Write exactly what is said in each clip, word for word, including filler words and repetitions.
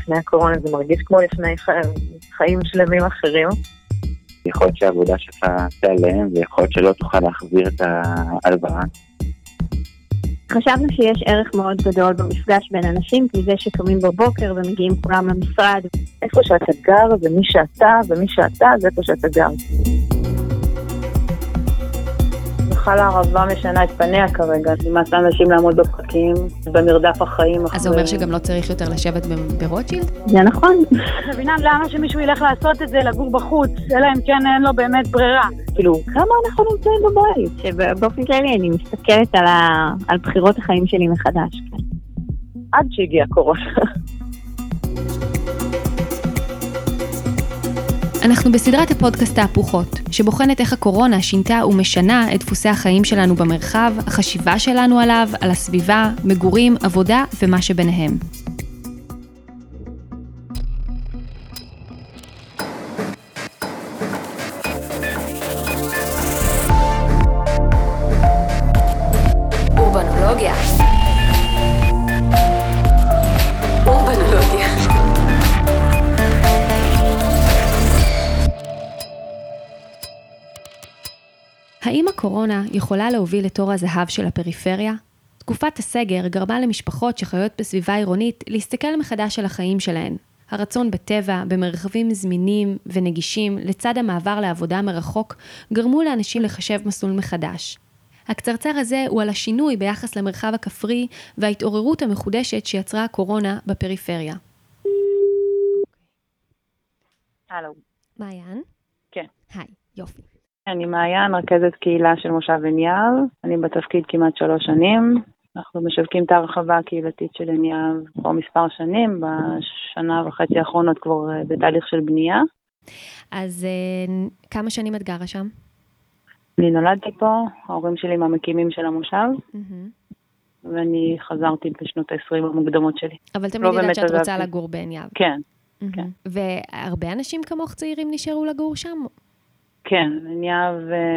לפני הקורונה, זה מרגיש כמו לפני חיים שלמים אחרים. יכול להיות שהעבודה שלך תיעלם, ויכול להיות שלא תוכל להחזיר את ההלוואה. חשבנו שיש ערך מאוד גדול במפגש בין אנשים, מזה שקמים בבוקר ומגיעים כולם למשרד. איפה שאתה גר, ומי שאתה, ומי שאתה, זה איפה שאתה גר. בכלל הערבה משנה את פניה כרגע, נמאס לאנשים לעמוד בפקקים, במרדף החיים. אז זה אומר שגם לא צריך יותר לשבת ברוטשילד? זה נכון. את מבינה למה שמישהו ילך לעשות את זה, לגור בחוץ, אלא אם כן אין לו באמת ברירה. כאילו, כמה אנחנו נמצאים בבית? שבאופן כללי אני מסתכלת על, ה... על בחירות החיים שלי מחדש. עד שהגיע קורונה. אנחנו בסדרת הפודקאסט תהפוכות, שבוחנת איך הקורונה שינתה ומשנה את דפוסי החיים שלנו במרחב, החשיבה שלנו עליו, על הסביבה, מגורים, עבודה ומה שביניהם. אורבנולוגיה. אורבנולוגיה. האם הקורונה יכולה להוביל לתור הזהב של הפריפריה? תקופת הסגר גרמה למשפחות שחיות בסביבה עירונית להסתכל מחדש על החיים שלהן. הרצון בטבע, במרחבים זמינים ונגישים, לצד המעבר לעבודה מרחוק, גרמו לאנשים לחשב מסלול מחדש. הקצרצר הזה הוא על השינוי ביחס למרחב הכפרי וההתעוררות המחודשת שיצרה הקורונה בפריפריה. הלו. מעיין? כן. היי, יופי. אני מעיין, רכזת קהילה של מושב עין יהב, אני בתפקיד כמעט שלוש שנים, אנחנו משווקים את ההרחבה הקהילתית של עין יהב כבר מספר שנים, בשנה וחצי האחרונות כבר בתהליך של בנייה. אז כמה שנים את גרה שם? אני נולדתי פה, ההורים שלי מהמקימים של המושב, mm-hmm. ואני חזרתי בשנות ה-עשרים המוקדמות שלי. אבל תמיד לא יודעת שאת רוצה עזבתי. לגור בעין יהב. כן, mm-hmm. כן. והרבה אנשים כמוך צעירים נשארו לגור שם? כן, עין יהב,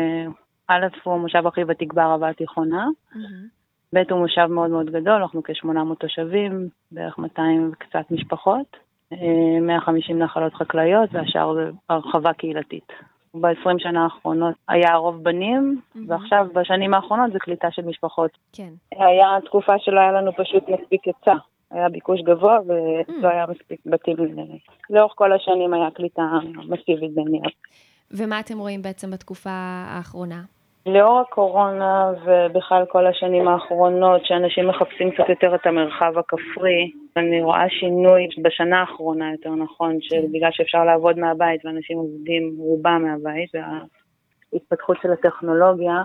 א' הוא המושב הכי ותיק בערבה התיכונה, mm-hmm. ב' הוא מושב מאוד מאוד גדול, אנחנו כ-שמונה מאות תושבים, בערך מאתיים וקצת משפחות, מאה וחמישים נחלות חקלאיות, והשאר זה הרחבה קהילתית. ב-עשרים שנה האחרונות היה הרוב בנים, mm-hmm. ועכשיו בשנים האחרונות זה קליטה של משפחות. כן. היה תקופה שלא היה לנו פשוט מספיק יצא, היה ביקוש גבוה ולא mm-hmm. היה מספיק בתים. לאורך כל השנים היה קליטה מסיבית בעין יהב. ומה אתם רואים בעצם בתקופה האחרונה? לאור הקורונה ובכלל כל השנים האחרונות, שאנשים מחפשים קצת יותר את המרחב הכפרי, אני רואה שינוי בשנה האחרונה יותר נכון, שבגלל שאפשר לעבוד מהבית ואנשים עובדים רובם מהבית, וההתפתחות של הטכנולוגיה,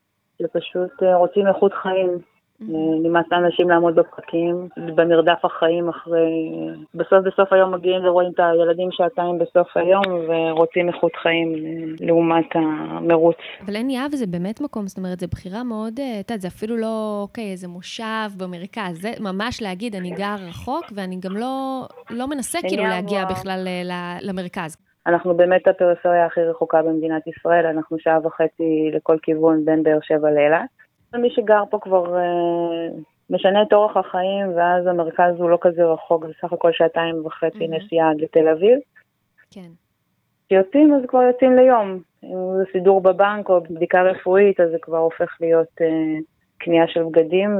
שפשוט רוצים איכות חיים. נמאס לאנשים לעמוד בפקקים, במרדף החיים אחרי, בסוף בסוף היום מגיעים ורואים את הילדים שעתיים בסוף היום ורוצים איכות חיים לעומת המרוץ. אבל עין יהב זה באמת מקום, זאת אומרת, זה בחירה מאוד, זה אפילו לא, אוקיי, איזה מושב במרכז, זה ממש להגיד, אני גר רחוק ואני גם לא, לא מנסה כאילו להגיע בכלל למרכז. אנחנו באמת הפריפריה הכי רחוקה במדינת ישראל, אנחנו שעה וחצי לכל כיוון בין באר שבע לאילת. מי שגר פה כבר uh, משנה את אורח החיים, ואז המרכז הוא לא כזה רחוק, זה סך הכל שעתיים וחצי mm-hmm. נסיעה לתל אביב. כן. כשיוצאים אז כבר יוצאים ליום. אם זה סידור בבנק או בדיקה רפואית, אז זה כבר הופך להיות uh, קנייה של בגדים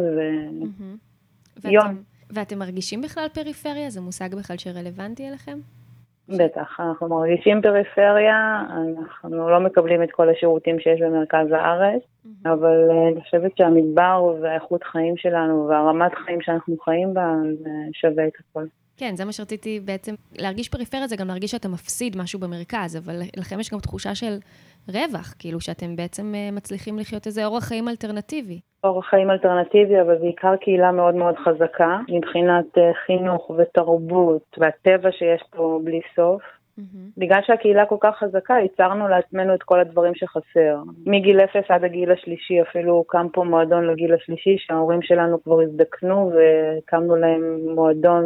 ויום. Mm-hmm. ואתם מרגישים בכלל פריפריה? זה מושג בכלל שרלוונטי אליכם? בטח, אנחנו מרגישים פריפריה, אנחנו לא מקבלים את כל השירותים שיש במרכז הארץ, mm-hmm. אבל אני חושבת שהמדבר והאיכות חיים שלנו והרמת חיים שאנחנו חיים בה, זה שווה את הכל. כן, זה מה שרציתי בעצם, להרגיש פריפריה זה גם להרגיש שאתה מפסיד משהו במרכז, אבל לכם יש גם תחושה של רווח, כאילו שאתם בעצם מצליחים לחיות איזה אורח חיים אלטרנטיבי. אורח חיים אלטרנטיבי, אבל בעיקר קהילה מאוד מאוד חזקה, מבחינת חינוך ותרבות והטבע שיש פה בלי סוף. Mm-hmm. בגלל שהקהילה כל כך חזקה, ייצרנו לעצמנו את כל הדברים שחסר. מגיל אפס עד הגיל השלישי, אפילו קם פה מועדון לגיל השלישי, שההורים שלנו כבר הזדקנו, וקמנו להם מועדון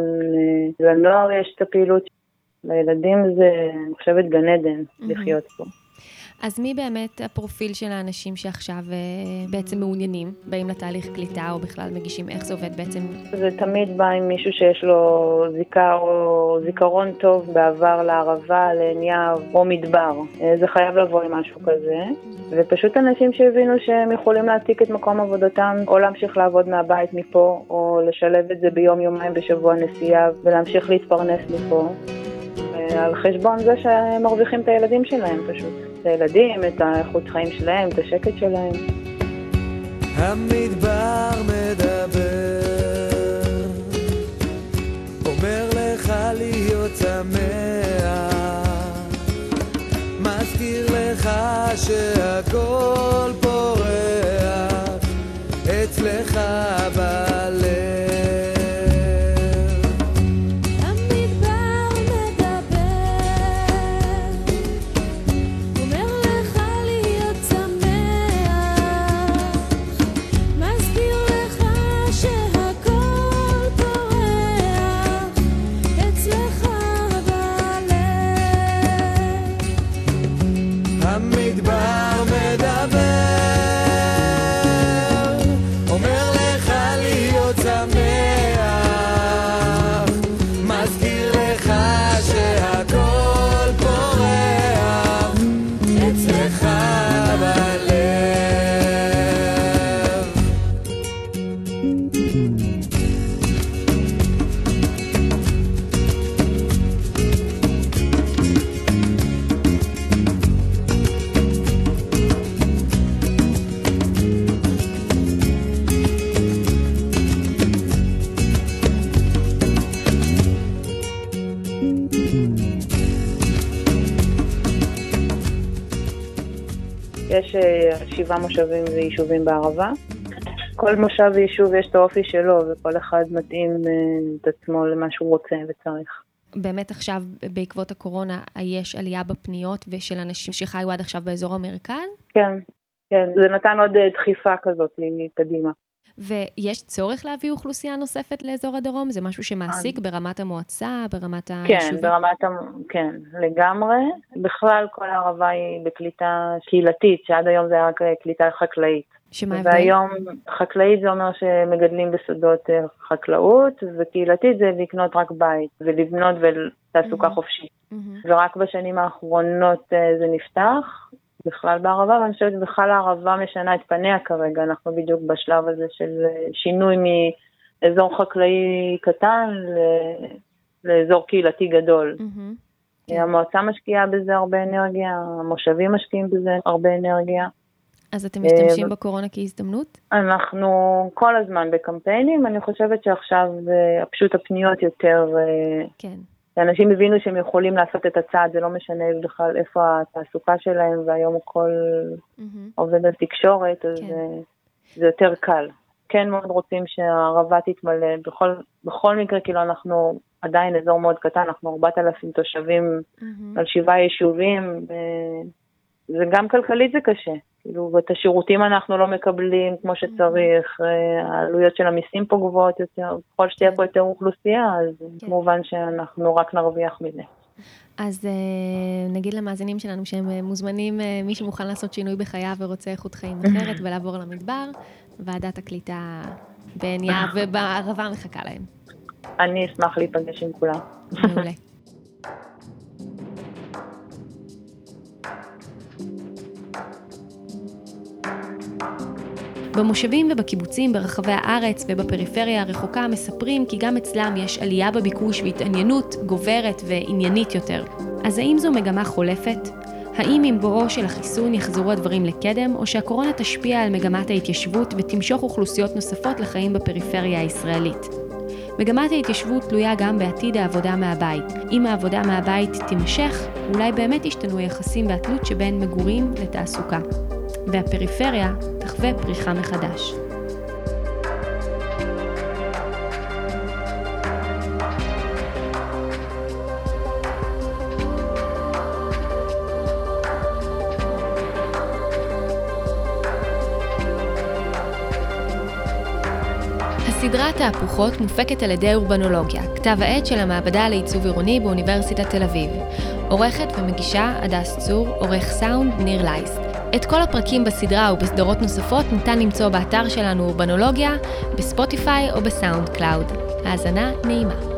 לנוער, יש את הפעילות. לילדים זה, אני חושבת, גן עדן mm-hmm. לחיות פה. אז מי באמת הפרופיל של האנשים שעכשיו בעצם מעוניינים, באים לתהליך קליטה או בכלל מגישים, איך זה עובד בעצם? זה תמיד בא עם מישהו שיש לו זיכר או זיכרון טוב בעבר לערבה, לעין יהב או מדבר. זה חייב לבוא עם משהו כזה. ופשוט אנשים שהבינו שהם יכולים להעתיק את מקום עבודתם, או להמשיך לעבוד מהבית מפה, או לשלב את זה ביום יומיים בשבוע נסיעה, ולהמשיך להתפרנס מפה. על חשבון זה שהם מרוויחים את הילדים שלהם פשוט. את הילדים, את האיכות חיים שלהם, את השקט שלהם. המדבר מדבר, אומר לך להיות שמח, מזכיר לך שהכל פורח אצלך בלב. יש שבעה מושבים ויישובים בערבה. כל מושב ויישוב יש את האופי שלו, וכל אחד מתאים את עצמו למה שהוא רוצה וצריך. באמת עכשיו, בעקבות הקורונה, יש עלייה בפניות ושל אנשים שחיו עד עכשיו באזור המרכז? כן, כן. זה נתן עוד דחיפה כזאת קדימה. ויש צורך להביא אוכלוסייה נוספת לאזור הדרום? זה משהו שמעסיק ברמת המועצה, ברמת היישובים? כן, ברמת, כן, לגמרי. בכלל כל הערבה היא בקליטה קהילתית, שעד היום זה היה רק קליטה חקלאית. שמה הבדל? והיום חקלאית זה אומר שמגדלים בשדות חקלאות, וקהילתית זה לקנות רק בית, ולבנות ולתעסוקה חופשית. ורק בשנים האחרונות זה נפתח, בכלל בערבה, ואני חושבת בכלל הערבה משנה את פניה כרגע, אנחנו בדיוק בשלב הזה של שינוי מאזור חקלאי קטן לאזור קהילתי גדול. המועצה משקיעה בזה הרבה אנרגיה, המושבים משקיעים בזה הרבה אנרגיה. אז אתם משתמשים בקורונה כהזדמנות? אנחנו כל הזמן בקמפיינים, אני חושבת שעכשיו פשוט הפניות יותר... כן. אנשים הבינו שהם יכולים לעשות את הצעד, זה לא משנה בכלל איפה התעסוקה שלהם, והיום הכל עובד על תקשורת, אז זה יותר קל. כן מאוד רוצים שהערבה תתמלא, בכל, בכל מקרה, כאילו אנחנו עדיין אזור מאוד קטן, אנחנו ארבעת אלפים תושבים על שבעה יישובים, זה גם כלכלית זה קשה. כאילו, ואת השירותים אנחנו לא מקבלים כמו שצריך, העלויות של המיסים פה גבוהות יותר, ככל שתהיה פה יותר אוכלוסייה, אז כמובן שאנחנו רק נרוויח מזה. אז נגיד למאזינים שלנו שהם מוזמנים, מי שמוכן לעשות שינוי בחייו ורוצה איכות חיים אחרת ולעבור למדבר, ועדת הקליטה בעין יהב ובערבה מחכה להם. אני אשמח להיפגש עם כולם. מעולה. במושבים ובקיבוצים ברחבי הארץ ובפריפריה הרחוקה מספרים כי גם אצלם יש עלייה בביקוש והתעניינות גוברת ועניינית יותר. אז האם זו מגמה חולפת? האם עם בואו של החיסון יחזרו הדברים לקדם, או שהקורונה תשפיע על מגמת ההתיישבות ותמשוך אוכלוסיות נוספות לחיים בפריפריה הישראלית? מגמת ההתיישבות תלויה גם בעתיד העבודה מהבית. אם העבודה מהבית תימשך, אולי באמת ישתנו היחסים והתלות שבין מגורים לתעסוקה. והפריפריה תחווה פריחה מחדש. הסדרה תהפוכות מופקת על ידי אורבנולוגיה, כתב העת של המעבדה לעיצוב עירוני באוניברסיטת תל אביב. עורכת ומגישה הדס צור, עורך סאונד ניר לייסט. את כל הפרקים בסדרה ובסדרות נוספות ניתן למצוא באתר שלנו אורבנולוגיה, בספוטיפיי או בסאונד קלאוד. האזנה נעימה.